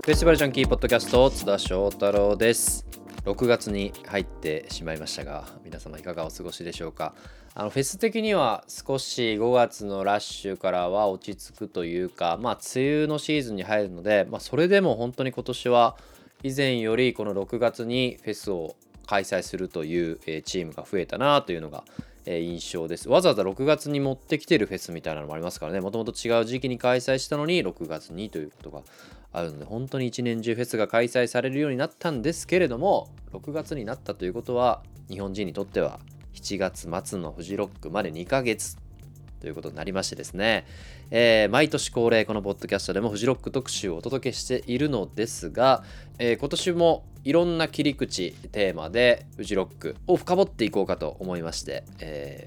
フェスティバルジャンキーポッドキャスト津田翔太郎です。6月に入ってしまいましたが、皆様いかがお過ごしでしょうか。フェス的には少し5月のラッシュからは落ち着くというか、梅雨のシーズンに入るので、それでも本当に今年は以前よりこの6月にフェスを開催するというチームが増えたなというのが印象です。わざわざ6月に持ってきてるフェスみたいなのもありますからね。もともと違う時期に開催したのに6月にということがあるので、本当に一年中フェスが開催されるようになったんですけれども、6月になったということは日本人にとっては7月末のフジロックまで2ヶ月ということになりましてですね、毎年恒例このポッドキャストでもフジロック特集をお届けしているのですが、今年もいろんな切り口テーマでフジロックを深掘っていこうかと思いまして、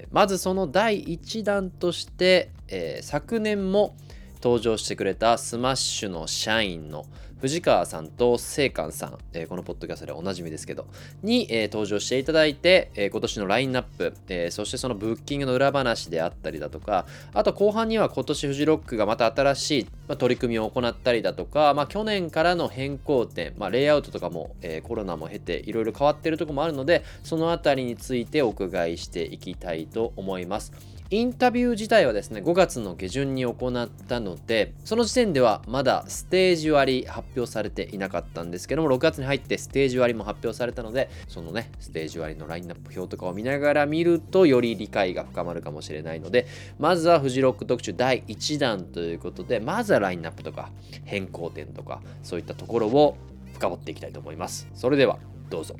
まずその第1弾として、昨年も登場してくれたスマッシュの社員の藤川さんと聖寛さん、このポッドキャストでおなじみですけどに、登場していただいて、今年のラインナップ、そしてそのブッキングの裏話であったりだとか、あと後半には今年フジロックがまた新しい、取り組みを行ったりだとか、去年からの変更点、レイアウトとかも、コロナも経ていろいろ変わっているところもあるので、そのあたりについてお伺いしていきたいと思います。インタビュー自体はですね5月の下旬に行ったので、その時点ではまだステージ割発表されていなかったんですけども、6月に入ってステージ割も発表されたので、そのねステージ割のラインナップ表とかを見ながら見るとより理解が深まるかもしれないので、まずはフジロック特集第1弾ということで、まずはラインナップとか変更点とかそういったところを深掘っていきたいと思います。それではどうぞ。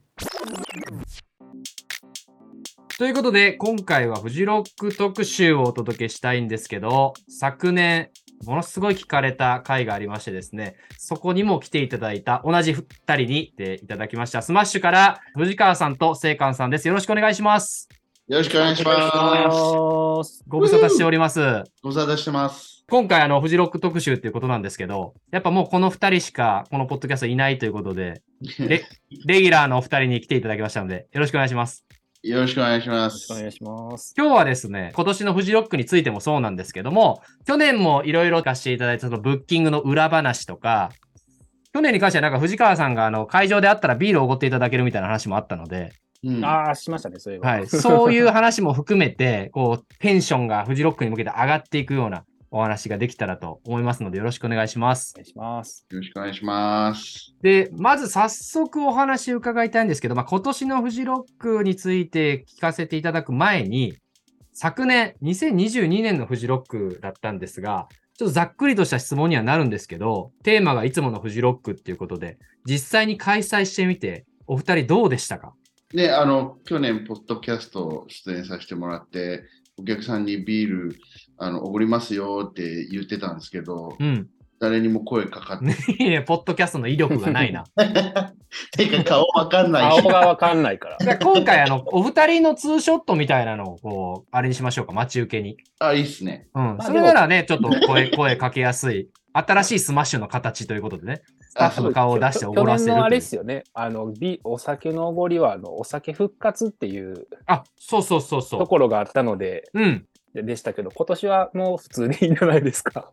ということで、今回はフジロック特集をお届けしたいんですけど、昨年ものすごい聞かれた回がありましてですね、そこにも来ていただいた同じ2人に来ていただきました。スマッシュから藤川さんと聖寛さんです。よろしくお願いします。 よろしくお願いします。 ご無沙汰しております。 ご無沙汰してます。 今回フジロック特集っていうことなんですけど、やっぱもうこの2人しかこのポッドキャストいないということで、レギュラーのお二人に来ていただきましたので、よろしくお願いします。 よろしくお願いします。 お願いします。 今日はですね、今年のフジロックについてもそうなんですけども、去年もいろいろ貸していただいたそのブッキングの裏話とか、去年に関してはなんか藤川さんが会場であったらビールをおごっていただけるみたいな話もあったので、 しましたね、そういうこと。 はい、そういう話も含めて、こう、テンションがフジロックに向けて上がっていくようなお話ができたらと思いますので、よろしくお願いします。 お願いします。 よろしくお願いします。 で、まず早速お話伺いたいんですけど、今年のフジロックについて聞かせていただく前に、昨年、2022年のフジロックだったんですが、ちょっとざっくりとした質問にはなるんですけど、テーマがいつものフジロックっていうことで、実際に開催してみて、お二人どうでしたか？ で、去年、ポッドキャスト出演させてもらって、お客さんにビール、おごりますよって言ってたんですけど、誰にも声かかって。 いや、ポッドキャストの威力がないな。 てか、顔わかんない。 顔がわかんないから。 今回、お二人のツーショットみたいなのを、こう、あれにしましょうか、待ち受けに。 いいっすね。 それならね、ちょっと声かけやすい。新しいスマッシュの形ということでね、スタッフの顔を出しておごらせるという。 去年のあれですよね、お酒のおごりは、お酒復活っていう、 そう。 ところがあったので、でしたけど、今年はもう普通でいいんじゃないですか。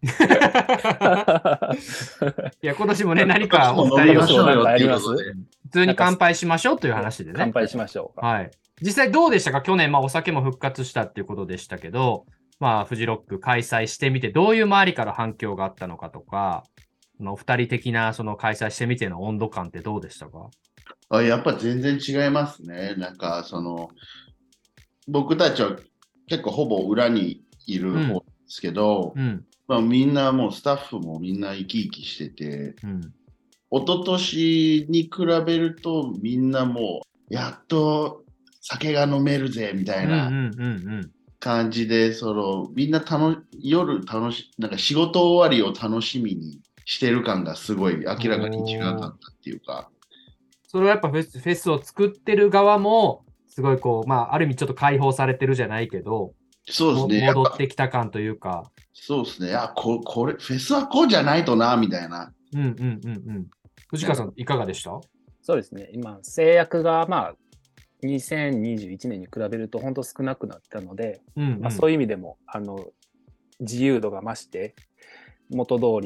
いや、今年もね、何かお二人をあります？ 普通に乾杯しましょうという話でね。 乾杯しましょうか。 はい。実際どうでしたか？去年、お酒も復活したっていうことでしたけど、フジロック開催してみて、どういう周りから反響があったのかとか、お二人的なその開催してみての温度感ってどうでしたか？ やっぱ全然違いますね。なんか、僕たちは結構ほぼ裏にいる方ですけど、みんなもうスタッフもみんな生き生きしてて、一昨年に比べるとみんなもうやっと酒が飲めるぜみたいな感じで、みんな夜なんか仕事終わりを楽しみにしてる感がすごい明らかに違かったっていうか。 それはやっぱフェスを作ってる側もすごいこう、ある意味ちょっと解放されてるじゃないけど、 そうですね。 戻ってきた感というか。 そうですね。これ、フェスはこうじゃないとな、みたいな。 藤川さん、いかがでした？ そうですね。今、制約が、2021年に比べると本当少なくなったので、そういう意味でも、自由度が増して、元通り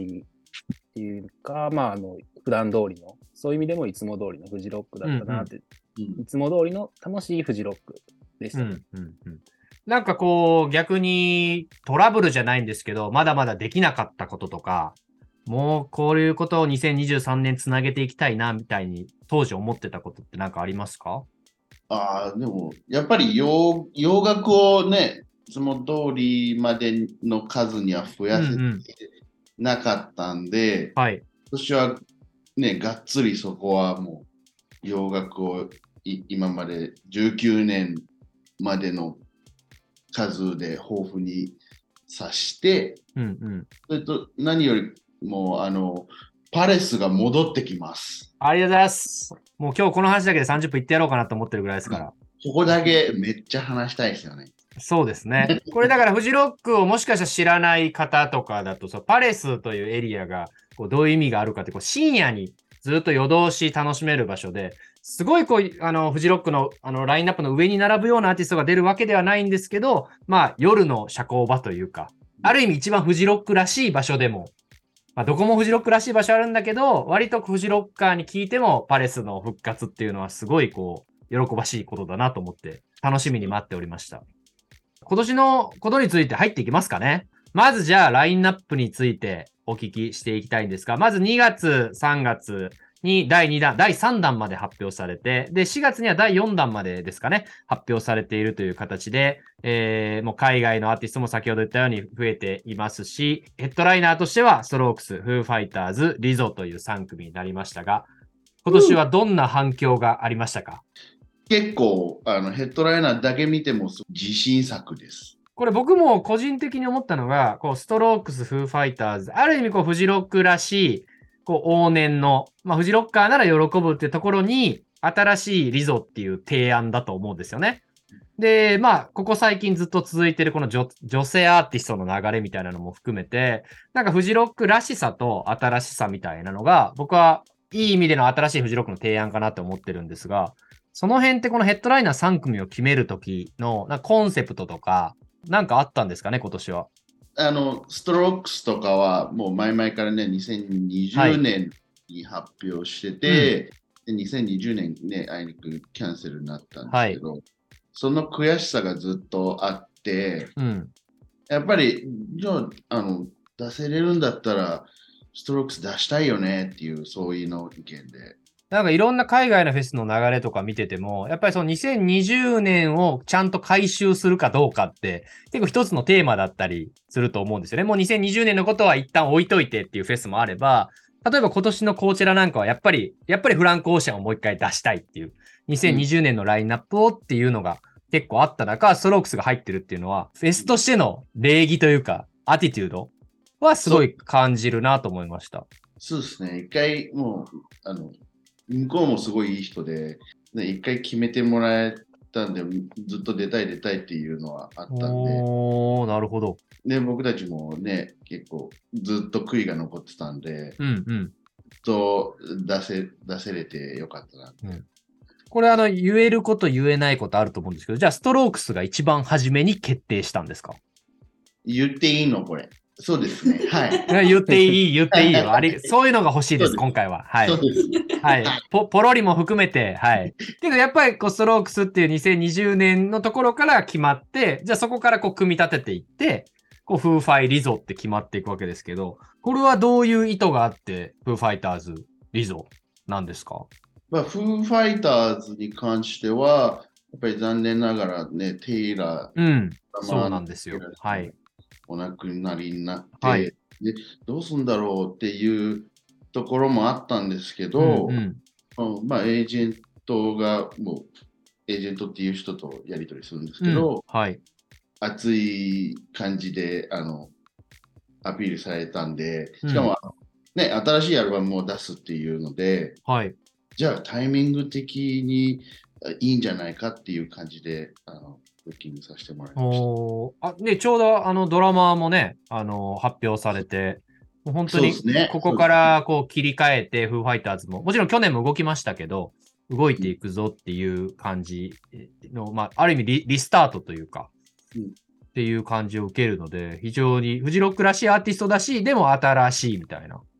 っていうか、まあ、普段通りの、そういう意味でもいつも通りのフジロックだったなって、いつも通りの楽しいフジロックでしたね。 なんかこう、逆にトラブルじゃないんですけど、まだまだできなかったこととか、もうこういうことを2023年つなげていきたいな、みたいに当時思ってたことって何かありますか？ でも、やっぱり洋楽をね、いつも通りまでの数には増やせてなかったんで、 はい。 今年はね、がっつりそこはもう洋楽を今まで19年までの数で豊富にさして、それと何よりもパレスが戻ってきます。 ありがとうございます。もう今日この話だけで30分いってやろうかなと思ってるぐらいですから。 ここだけめっちゃ話したいですよね。 そうですね。これだからフジロックをもしかしたら知らない方とかだと、パレスというエリアがこうどういう意味があるかって、深夜にずっと夜通し楽しめる場所で、すごいフジロックのラインナップの上に並ぶようなアーティストが出るわけではないんですけど、まあ夜の社交場というか、ある意味一番フジロックらしい場所でも、まあ、どこもフジロックらしい場所あるんだけど、割とフジロッカーに聞いてもパレスの復活っていうのはすごい喜ばしいことだなと思って楽しみに待っておりました。今年のことについて入っていきますかね。まずじゃあラインナップについてお聞きしていきたいんですが、まず2月、3月に第2弾、第3弾まで発表されて、で、4月には第4弾までですかね、発表されているという形で、もう海外のアーティストも先ほど言ったように増えていますし、ヘッドライナーとしてはストロークス、フーファイターズ、リゾという3組になりましたが、今年はどんな反響がありましたか？ 結構ヘッドライナーだけ見ても自信作です。 これ僕も個人的に思ったのが、ストロークス、フーファイターズ、ある意味フジロックらしい、往年の、まあ、フジロッカーなら喜ぶってところに、新しいリゾっていう提案だと思うんですよね。で、まあ、ここ最近ずっと続いてるこの女性アーティストの流れみたいなのも含めて、なんかフジロックらしさと新しさみたいなのが、僕はいい意味での新しいフジロックの提案かなって思ってるんですが、その辺ってこのヘッドライナー3組を決めるときのコンセプトとか、なんかあったんですかね、今年は。 ストロークスとかはもう前々からね、2020年に発表してて、で2020年ね、あいにくキャンセルになったんですけど、その悔しさがずっとあって、やっぱり、じゃあ、出せれるんだったら、ストロークス出したいよねっていう、そういうの意見で。 なんかいろんな海外のフェスの流れとか見てても、やっぱりその2020年をちゃんと回収するかどうかって結構一つのテーマだったりすると思うんですよね。もう2020年のことは一旦置いといてっていうフェスもあれば、例えば今年のコーチェラなんかはやっぱりフランク・オーシャンをもう一回出したいっていう、2020年のラインナップをっていうのが結構あった中、ストロークスが入ってるっていうのは、フェスとしての礼儀というか、アティチュードはすごい感じるなと思いました。 そうですね。一回もう、向こうもすごいいい人で、ね、一回決めてもらえたんで、ずっと出たいっていうのはあったんで。 なるほど。 で、僕たちもね、結構ずっと悔いが残ってたんで、と出せれてよかったなって。 これ言えること言えないことあると思うんですけど、じゃあストロークスが一番初めに決定したんですか？ 言っていいのこれ。そうですね。はい。 言っていいよ。そういうのが欲しいです、今回は。はい。 そうです。 はい。ポロリも含めて、はい。けどやっぱりストロークスっていう2020年のところから決まって、じゃあそこから組み立てていって、フーファイリゾって決まっていくわけですけど、これはどういう意図があって、フーファイターズリゾなんですか？ まあ、フーファイターズに関しては、やっぱり残念ながらね、テイラー、そうなんですよ。はい。 お亡くなりになって、でどうするんだろうっていうところもあったんですけど、まあ、エージェントがもうエージェントっていう人とやり取りするんですけど、熱い感じでアピールされたんで、しかも、ね、新しいアルバムを出すっていうので、じゃあタイミング的にいいんじゃないかっていう感じでブッキングさせてもらいました。 で、ちょうどドラマーもね、発表されて、もう本当にここから切り替えて、フーファイターズも、もちろん去年も動きましたけど、動いていくぞっていう感じの、まあ、ある意味リスタートというか、っていう感じを受けるので、非常にフジロックらしいアーティストだし、でも新しいみたいな。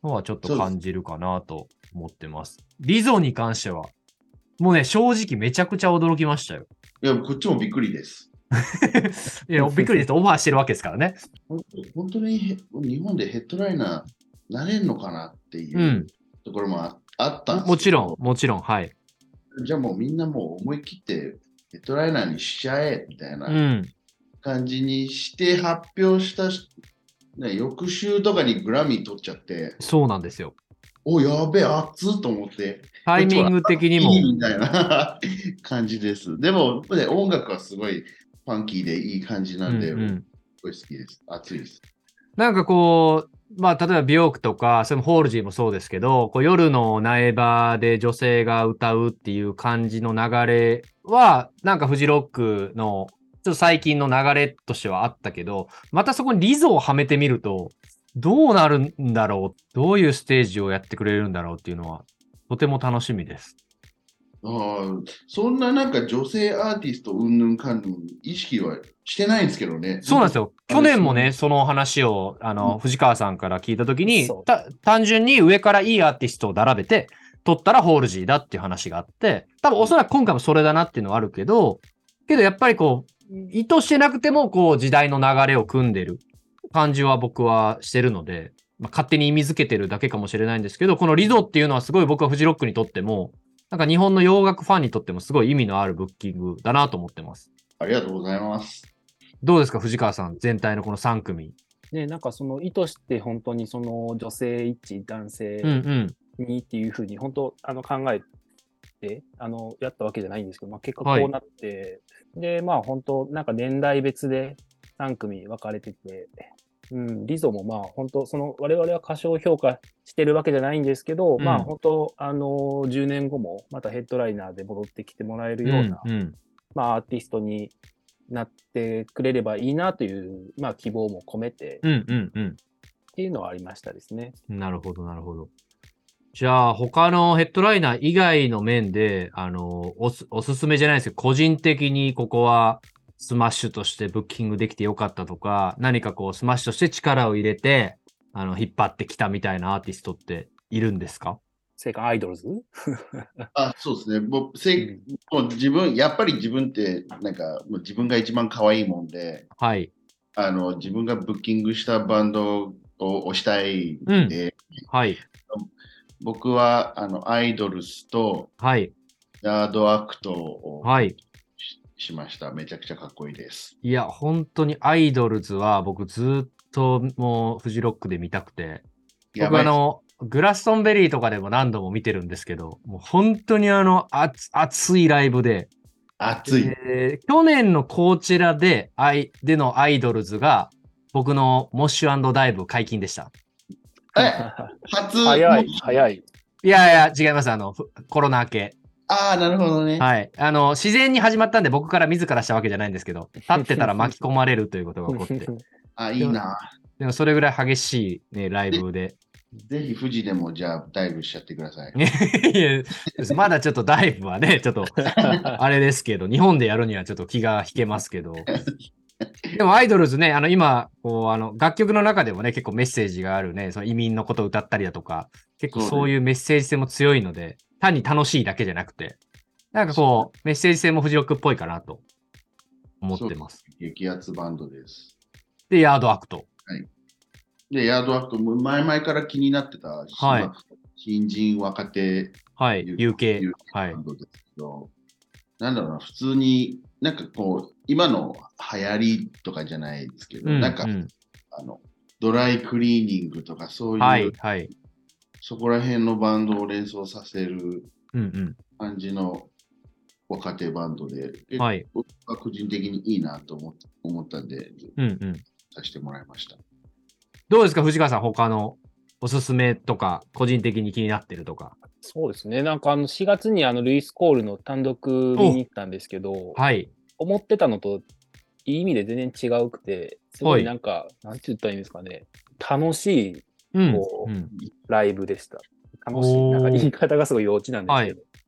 のはちょっと感じるかなと思ってます。リゾに関しては、もうね、正直めちゃくちゃ驚きましたよ。 いや、こっちもびっくりです。 いや、びっくりです。オファーしてるわけですからね。 本当に日本でヘッドライナーなれるのかなっていうところもあったんですけど、 もちろん、もちろん、はい。 じゃあもうみんなもう思い切ってヘッドライナーにしちゃえみたいな感じにして発表した、ね、翌週とかにグラミー取っちゃって。 そうなんですよ。 お、やべえ、熱っと思って。 タイミング的にも。 みたいな感じです。でも、ね、音楽はすごいファンキーでいい感じなんで、すごい好きです。熱いです。 なんかこう、まあ、例えばビヨークとか、そのホールジーもそうですけど、こう夜の苗場で女性が歌うっていう感じの流れは、なんかフジロックの、ちょっと最近の流れとしてはあったけど、またそこにリゾをはめてみると、どうなるんだろう、どういうステージをやってくれるんだろうっていうのは、とても楽しみです。 そんななんか女性アーティストうんぬんかんぬん意識はしてないんですけどね。 そうなんですよ。去年もね、その話を、藤川さんから聞いたときに、単純に上からいいアーティストを並べて、取ったらホールジーだっていう話があって、多分おそらく今回もそれだなっていうのはあるけどやっぱりこう、意図してなくても、こう、時代の流れを組んでる感じは僕はしてるので、まあ、勝手に意味づけてるだけかもしれないんですけど、このリゾっていうのはすごい僕はフジロックにとっても、なんか日本の洋楽ファンにとってもすごい意味のあるブッキングだなと思ってます。 ありがとうございます。 どうですか、藤川さん、全体のこの3組。 ね、なんかその意図して本当にその女性一致、男性にっていうふうに本当考えてやったわけじゃないんですけど、まあ、結果こうなって、で、まあ本当なんか年代別で3組分かれてて、リゾもまあ本当我々は過小評価してるわけじゃないんですけど、まあ本当10年後もまたヘッドライナーで戻ってきてもらえるような、まあアーティストになってくれればいいなという、まあ、希望も込めて、っていうのはありましたですね。 なるほど、なるほど。じゃあ、他のヘッドライナー以外の面で、おすすめじゃないですけど、個人的にここはスマッシュとしてブッキングできてよかったとか、何かこう、スマッシュとして力を入れて、引っ張ってきたみたいなアーティストっているんですか？ 正解アイドルズそうですね。もうやっぱり自分って、なんか、もう自分が一番可愛いもんで、 はい。 自分がブッキングしたバンドを推したいんで、 はい。 僕は、アイドルスと、 はい。 ヤードアクトを、 はい。 しました。めちゃくちゃかっこいいです。 いや、本当にアイドルズは僕ずっともうフジロックで見たくて、僕グラストンベリーとかでも何度も見てるんですけど、もう本当に熱いライブで。 熱い。 去年のコーチェラでのアイドルズが僕のモッシュ&ダイブ解禁でした。 早い。 いや、違います。コロナ明け。 なるほどね。 はい。自然に始まったんで僕から自らしたわけじゃないんですけど、立ってたら巻き込まれるということが起こって。 いいな。 でもそれぐらい激しいね、ライブで。 ぜひ富士でもじゃあダイブしちゃってください。 いや、まだちょっとダイブはね、ちょっとあれですけど、日本でやるにはちょっと気が引けますけど。でもアイドルズね、今、こう、楽曲の中でもね、結構メッセージがあるね、その移民のことを歌ったりだとか、結構そういうメッセージ性も強いので、単に楽しいだけじゃなくて、なんかこう、メッセージ性もフジロックっぽいかなと思ってます。 激アツバンドです。 で、ヤードアクト。 はい。で、ヤードアクト、前々から気になってた、新人若手、 UK、 バンドですけど、なんだろうな、普通に、なんかこう、今の流行りとかじゃないですけど、なんか、ドライクリーニングとかそういう、そこら辺のバンドを連想させる感じの若手バンドで、僕は個人的にいいなと思ったんで、させてもらいました。 どうですか、藤川さん、他のおすすめとか、個人的に気になってるとか。 そうですね。なんか4月にルイス・コールの単独見に行ったんですけど、思ってたのといい意味で全然違うくて、すごいなんか、なんて言ったらいいんですかね。楽しい、ライブでした。楽しい。なんか言い方がすごい幼稚なんですけど。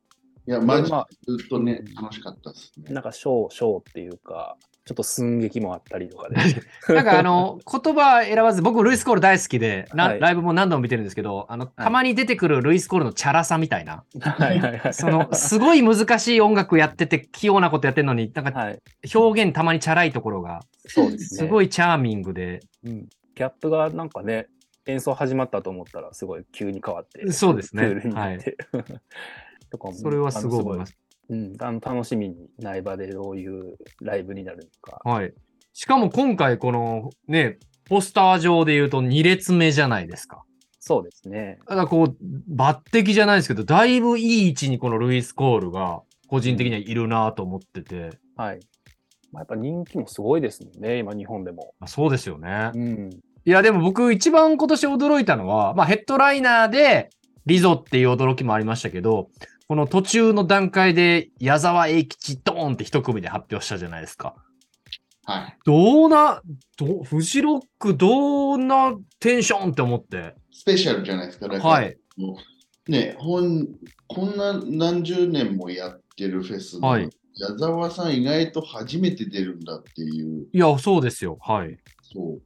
いや、マジでずっとね、楽しかったですね。 なんかショーっていうか、ちょっと寸劇もあったりとかで。 なんか言葉選ばず、僕、ルイス・コール大好きで、 はいライブも何度も見てるんですけど、たまに出てくるルイス・コールのチャラさみたいな。 はいはいはい。 すごい難しい音楽やってて、器用なことやってるのに、なんかはい、 表現たまにチャラいところが、 そうですね。 すごいチャーミングで。 うん。ギャップがなんかね、演奏始まったと思ったら、すごい急に変わって。 そうですね。 クールになって。とかもそれはすごい思います。 うん、楽しみに苗場でどういうライブになるのか。 はい。しかも今回このね、ポスター上で言うと2列目じゃないですか。 そうですね。 ただこう、抜擢じゃないですけど、だいぶいい位置にこのルイス・コールが個人的にはいるなと思ってて。 はい。まあ、やっぱ人気もすごいですもんね、今日本でも。 そうですよね。 うん。 いや、でも僕一番今年驚いたのは、ヘッドライナーでリゾっていう驚きもありましたけど、この途中の段階で矢沢永吉ドーンって一組で発表したじゃないですか。 はい。 フジロックどんなテンションって思って。 スペシャルじゃないですか。 はい。 ね、こんな何十年もやってるフェスの、はい、矢沢さん意外と初めて出るんだっていう。 いや、そうですよ。はい。 そう。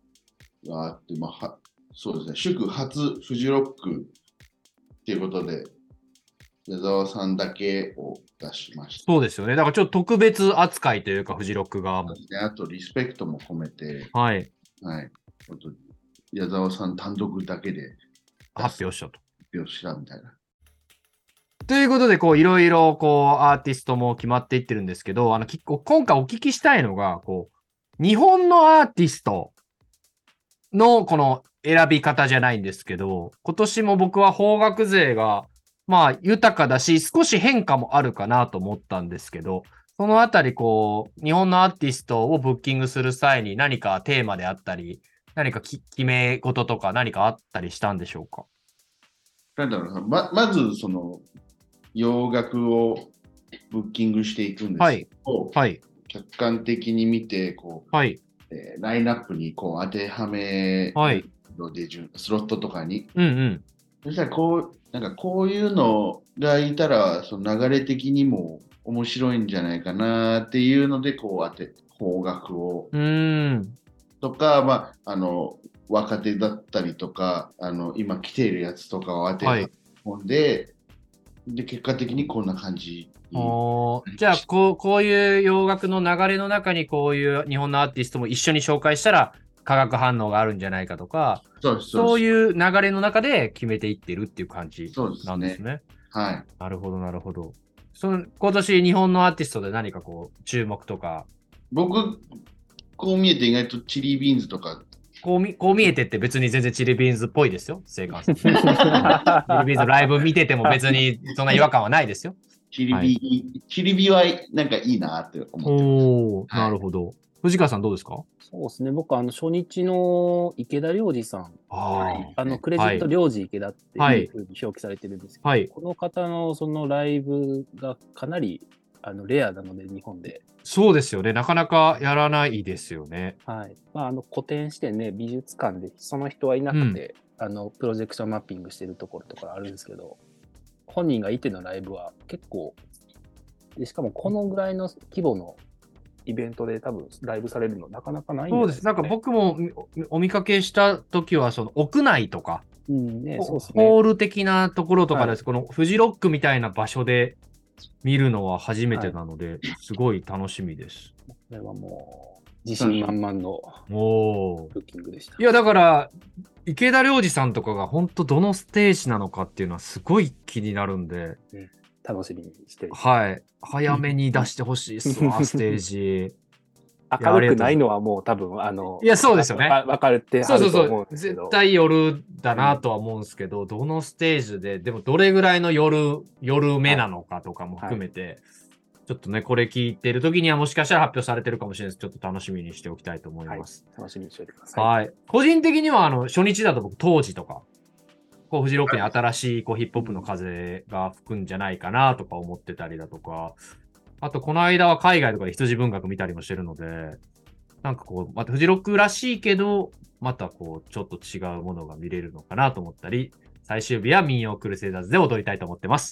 があって、そうですね。祝初フジロックっていうことで、矢沢さんだけを出しました。 そうですよね。だからちょっと特別扱いというか、フジロック側も。 あと、リスペクトも込めて、 はい。 はい。矢沢さん単独だけで発表したと。 発表したみたいな。 ということで、いろいろ、アーティストも決まっていってるんですけど、今回お聞きしたいのが、日本のアーティストのこの選び方じゃないんですけど、今年も僕は邦楽勢が、豊かだし、少し変化もあるかなと思ったんですけど、そのあたり、日本のアーティストをブッキングする際に何かテーマであったり、何か決め事とか何かあったりしたんでしょうか？ なんだろうな、まずその洋楽をブッキングしていくんですけど、 はい、 客観的に見てはい、 ラインナップに当てはめのでスロットとかに、そしたらなんかこういうのがいたらその流れ的にも面白いんじゃないかなっていうので邦楽をとか、若手だったりとか今来ているやつとかを当て込んで、で結果的にこんな感じ。 じゃあこういう洋楽の流れの中にこういう日本のアーティストも一緒に紹介したら化学反応があるんじゃないかとか、そういう流れの中で決めていってるっていう感じなんですね。 はい。 なるほど、なるほど。今年日本のアーティストで何か注目とか。 僕、こう見えて意外とチリビーンズとか。 こう見えてって別に全然チリビーンズっぽいですよ、正観さん。チリビーンズライブ見てても別にそんな違和感はないですよ。 チリビはなんかいいなって思ってます。なるほど。藤川さんどうですか？ そうですね。僕、初日の池田良二さん。クレジット良二池田っていうふうに表記されてるんですけど、この方のそのライブがかなりレアなので、日本で。 そうですよね。なかなかやらないですよね。 はい。個展してね、美術館でその人はいなくて、プロジェクションマッピングしてるところとかあるんですけど、本人がいてのライブは結構、しかもこのぐらいの規模のイベントで多分ライブされるのなかなかないんですよね。そうです。 なんか僕もお見かけした時は、その屋内とか、 そうですね、ホール的なところとかです。このフジロックみたいな場所で見るのは初めてなので、すごい楽しみです。 これはもう自信満々のブッキングでした。 いや、だから池田良二さんとかが本当どのステージなのかっていうのはすごい気になるんで、 楽しみにしてる。 はい。早めに出してほしいっすわ、ステージ。 明るくないのはもう多分、 いや、そうですよね。 分かるってあると思うんですけど。 絶対夜だなとは思うんですけど、どのステージで、でもどれぐらいの夜目なのかとかも含めて、ちょっとね、これ聞いてる時にはもしかしたら発表されてるかもしれないです。ちょっと楽しみにしておきたいと思います。 楽しみにしておいてください。 はい。個人的には、初日だと僕、当時とか、フジロックに新しいヒップホップの風が吹くんじゃないかなとか思ってたりだとか、あとこの間は海外とかで羊文学見たりもしてるので、なんかまたフジロックらしいけど、またちょっと違うものが見れるのかなと思ったり、最終日は民謡クルセイダーズで踊りたいと思ってます。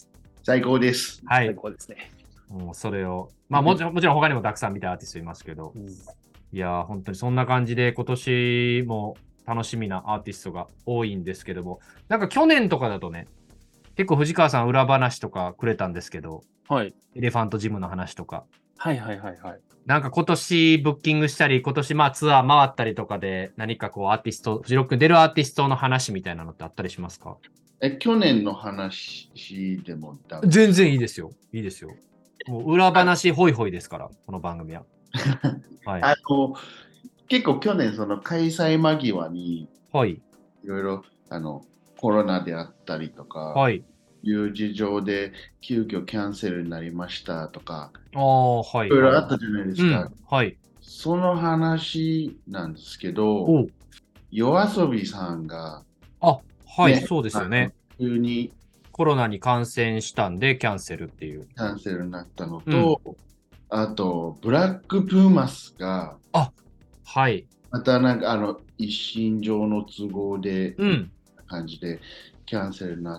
最高です。 はい。 最高ですね。 もうそれを、まあもちろん他にもたくさん見たアーティストいますけど、いや本当にそんな感じで今年も楽しみなアーティストが多いんですけども、なんか去年とかだとね、結構藤川さん裏話とかくれたんですけど、 はい。 エレファントジムの話とか。 はいはいはいはい。 なんか今年ブッキングしたり、今年まあツアー回ったりとかで何かこうアーティスト、フジロックに出るアーティストの話みたいなのってあったりしますか？ 去年の話でも全然いいですよ。いいですよ。もう裏話ホイホイですから、この番組は。 はい、結構去年その開催間際に、 はい。 いろいろコロナであったりとか、 はい。 いう事情で急遽キャンセルになりましたとか、 はい。 いろいろあったじゃないですか。 はい。 その話なんですけど、YOASOBIさんが、 はい、そうですよね。 急にコロナに感染したんでキャンセルっていう。 キャンセルになったのと、あと、ブラックプーマスが、 はい。 またなんか一身上の都合で、感じでキャンセルになって、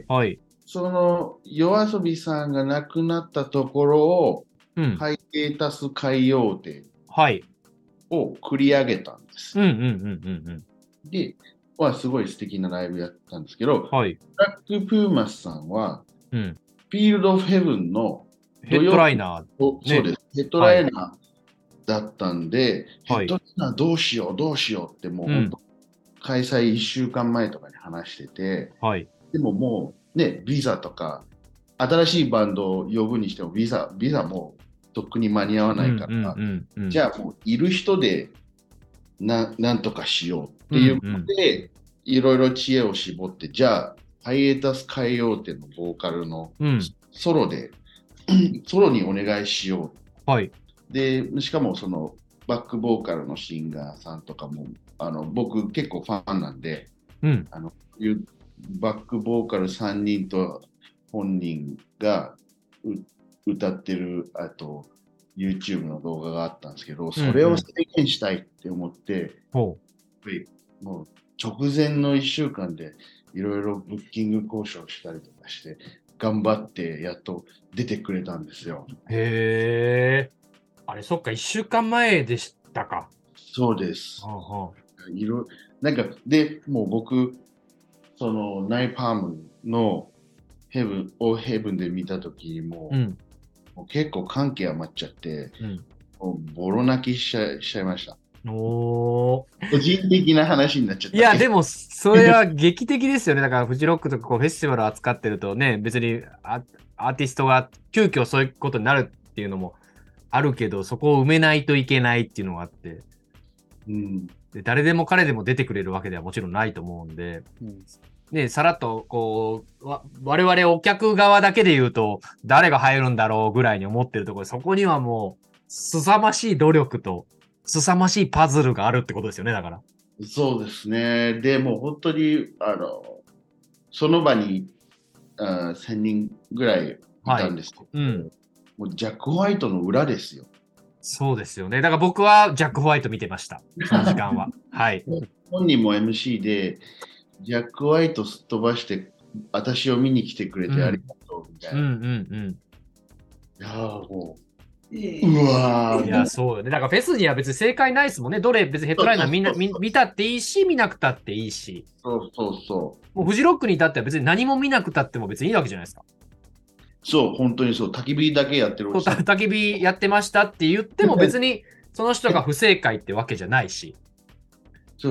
はい。 そのYOASOBIさんが亡くなったところを、ハイエータス海洋店を繰り上げたんです。で、すごい素敵なライブやったんですけど、ブラックプーマスさんは、フィールド・オブ・ヘブンのヘッドライナー、 そうです。ヘッドライナーだったんで、ヘッドライナーどうしようってもう本当、開催1週間前とかに話してて、でももうね、ビザとか、新しいバンドを呼ぶにしてもビザもうとっくに間に合わないから、じゃあもういる人でなんとかしようっていうことで、いろいろ知恵を絞って、じゃあ、ハイエータス海洋店のボーカルのソロにお願いしよう。 で、しかもそのバックボーカルのシンガーさんとかも、僕結構ファンなんで、バックボーカル3人と本人が歌ってる、YouTube の動画があったんですけど、それを制限したいって思って、もう直前の1週間でいろいろブッキング交渉したりとかして、頑張ってやっと出てくれたんですよ。 へー。あれ、そっか、1週間前でしたか。 そうです。なんか、で、もう僕、そのナイパームのヘブンで見たときにもう結構感極まっちゃって、もうボロ泣きしちゃいました。個人的な話になっちゃった。 いや、でも、それは劇的ですよね。だから、フジロックとかこうフェスティバルを扱ってるとね、別にアーティストが急遽そういうことになるっていうのもあるけど、そこを埋めないといけないっていうのがあって、で誰でも彼でも出てくれるわけではもちろんないと思うんで、ね、さらっとこう我々お客側だけで言うと誰が入るんだろうぐらいに思ってるところで、そこにはもう凄ましい努力と凄ましいパズルがあるってことですよね。だからそうですね。でも本当にその場に1000人ぐらいいたんですけど、もうジャック・ホワイトの裏ですよ。 そうですよね。だから僕はジャック・ホワイト見てました、その時間は。はい。 本人も MC で、ジャック・ホワイトすっ飛ばして、私を見に来てくれてありがとうみたいな。いやもう、うわいや、そうよね。だからフェスには別に正解ないですもんね。どれ別にヘッドライナー見たっていいし、見なくたっていいし。 そう。 もうフジロックに至っては別に何も見なくたっても別にいいわけじゃないですか。 そう、本当にそう。焚き火だけやってるおじさん。焚き火やってましたって言っても別にその人が不正解ってわけじゃないし。 そう。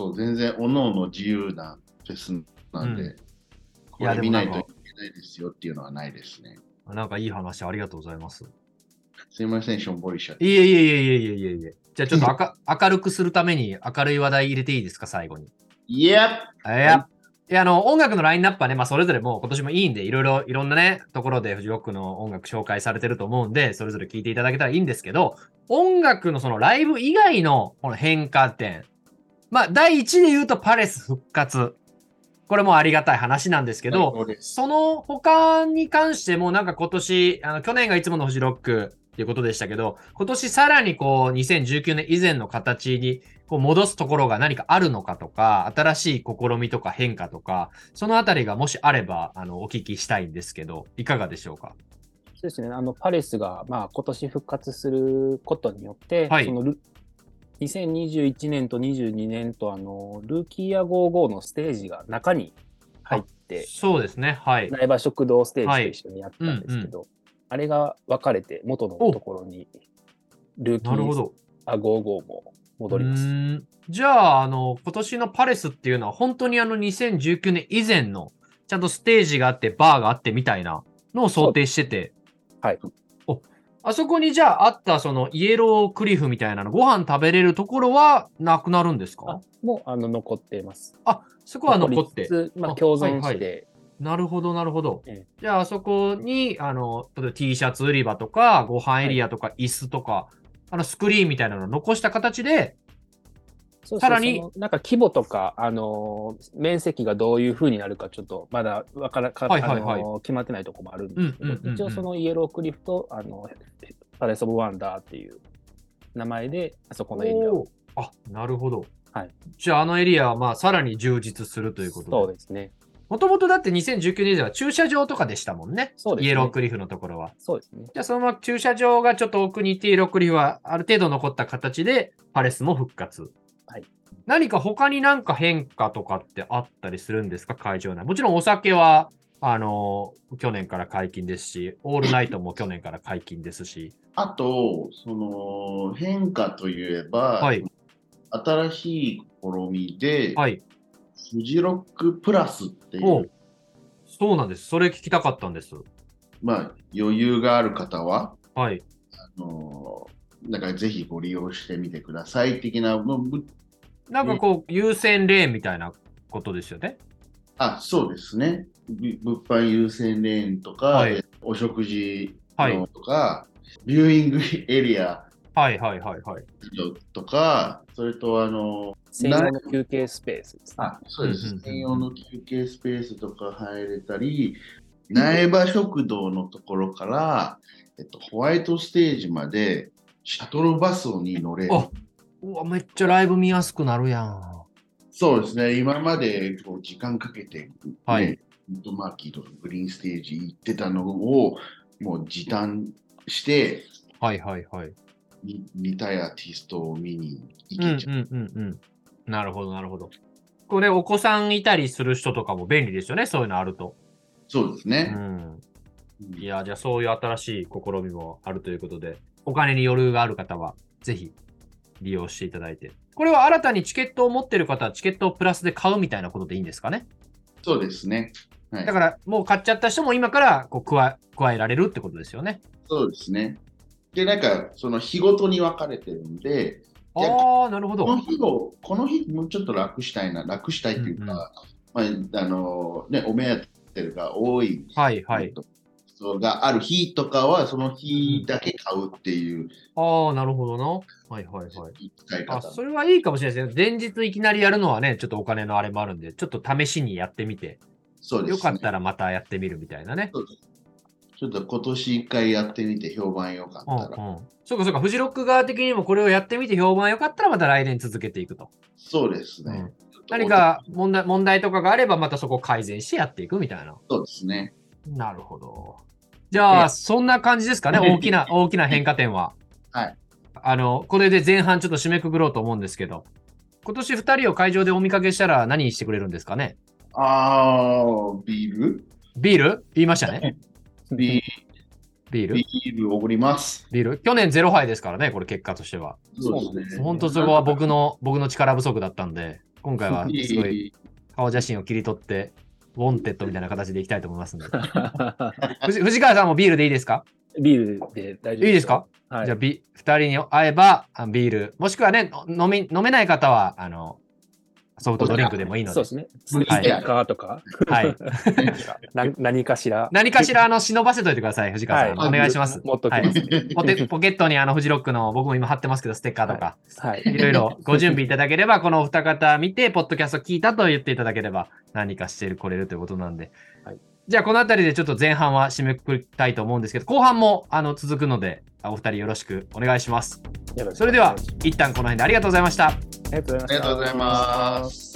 全然おのおの自由なフェスなんで、これ見ないといけないですよっていうのはないですね。 なんかいい話ありがとうございます。 すいません、しょんぼりしちゃって。 いえ。じゃあちょっと明るくするために明るい話題入れていいですか、最後に。 いや、 音楽のラインナップはね、それぞれもう今年もいいんで、いろんなね、ところでフジロックの音楽紹介されてると思うんで、それぞれ聴いていただけたらいいんですけど、音楽のそのライブ以外のこの変化点。第一で言うとパレス復活。これもありがたい話なんですけど、その他に関してもなんか今年、去年がいつものフジロック、 っていうことでしたけど、今年さらにこう2019年以前の形にこう戻すところが何かあるのかとか、新しい試みとか変化とか、そのあたりがもしあればお聞きしたいんですけど、いかがでしょうか？ そうですね。パレスが、今年復活することによって、 はい、 その2021年と22年と、ルーキーイヤー55のステージが中に入って、 そうですね。はい。 苗場食堂ステージと一緒にやったんですけど、あれが分かれて元のところに、ルーキーイヤー55も戻ります。 じゃあ、今年のパレスっていうのは、本当に2019年以前の、ちゃんとステージがあって、バーがあってみたいなのを想定してて、 はい。 あそこにじゃああったそのイエロークリフみたいなのご飯食べれるところはなくなるんですか？ もう残っています。 そこは残って。 共存して。 なるほど、なるほど。じゃああそこに例えば T シャツ売り場とかご飯エリアとか椅子とか、スクリーンみたいなのを残した形で、さらになんか規模とか面積がどういう風になるかちょっとまだ決まってないところもあるんですけど、一応そのイエロークリフとパレス・オブ・ワンダーっていう名前であそこのエリアを。 なるほど。 はい。 じゃあエリアはさらに充実するということで。 そうですね。 もともとだって2019年では駐車場とかでしたもんね。 そうですね。 イエロークリフのところは。 そうですね。 じゃあそのまま駐車場がちょっと奥にいてイエロークリフはある程度残った形でパレスも復活。 はい。 何か他になんか変化とかってあったりするんですか、会場内。もちろんお酒は、去年から解禁ですし、オールナイトも去年から解禁ですし。 あと、変化といえば、 はい、 新しい試みで、 はい、 フジロックプラスっていう。 そうなんです。それ聞きたかったんです。 余裕がある方は、 はい。 だからぜひご利用してみてください的な。 なんかこう、優先レーンみたいなことですよね。 そうですね。物販優先レーンとか、はい、お食事のとか、はい、ビューイングエリアとか、それと専用の休憩スペースですね。 そうです。専用の休憩スペースとか入れたり、苗場食堂のところから、ホワイトステージまでシャトルバスに乗れる。 めっちゃライブ見やすくなるやん。 そうですね。今まで時間かけて、 はい、 ミッドマーキーとかグリーンステージ行ってたのをもう時短して、見たいアーティストを見に行けちゃう。 なるほど、なるほど。これお子さんいたりする人とかも便利ですよね、そういうのあると。 そうですね。 いや、じゃあそういう新しい試みもあるということで、お金に余裕がある方はぜひ利用していただいて。これは新たにチケットを持っている方はチケットをプラスで買うみたいなことでいいんですかね？ そうですね。 はい、だからもう買っちゃった人も今からこう加えられるってことですよね。 そうですね。で、なんかその日ごとに分かれてるんで、 なるほど。 この日もうちょっと楽したいというか、お目当てが多い人がある日とかは、その日だけ買うっていう。 なるほどな。それはいいかもしれないですね。前日いきなりやるのはね、ちょっとお金のあれもあるんで、ちょっと試しにやってみて、 そうですね、 よかったらまたやってみるみたいなね。 ちょっと今年1回やってみて評判良かったら。 そうか、フジロック側的にもこれをやってみて評判良かったらまた来年続けていくと。 そうですね。 何か問題とかがあればまたそこを改善してやっていくみたいな。 そうですね。 なるほど。じゃあ、そんな感じですかね、大きな変化点は。 はい。 これで前半ちょっと締めくくろうと思うんですけど、今年2人を会場でお見かけしたら何してくれるんですかね？ ビール言いましたね。 ビールおごります。 去年0杯ですからね、これ結果としては。 そうですね。 本当そこは僕の力不足だったんで、今回はすごい顔写真を切り取って、ウォンテッドみたいな形でいきたいと思いますので。藤川さんもビールでいいですか？ ビールで大丈夫です。 いいですか？はい、じゃあ2人に会えばビール、もしくはね、飲めない方は、ソフトドリンクでもいいので。 そうですね。ステッカーとか。 はい。 何かしら忍ばせといてください、藤川さん。お願いします。 持っときます。 ポケットにフジロックの、僕も今貼ってますけど、ステッカーとか。 はい。 いろいろご準備いただければ、このお二方見て、ポッドキャスト聞いたと言っていただければ、何かしてこれるということなんで。 じゃあこの辺りでちょっと前半は締めくくりたいと思うんですけど、後半も続くので、お二人よろしくお願いします。それでは一旦この辺でありがとうございました。 ありがとうございました。 ありがとうございます。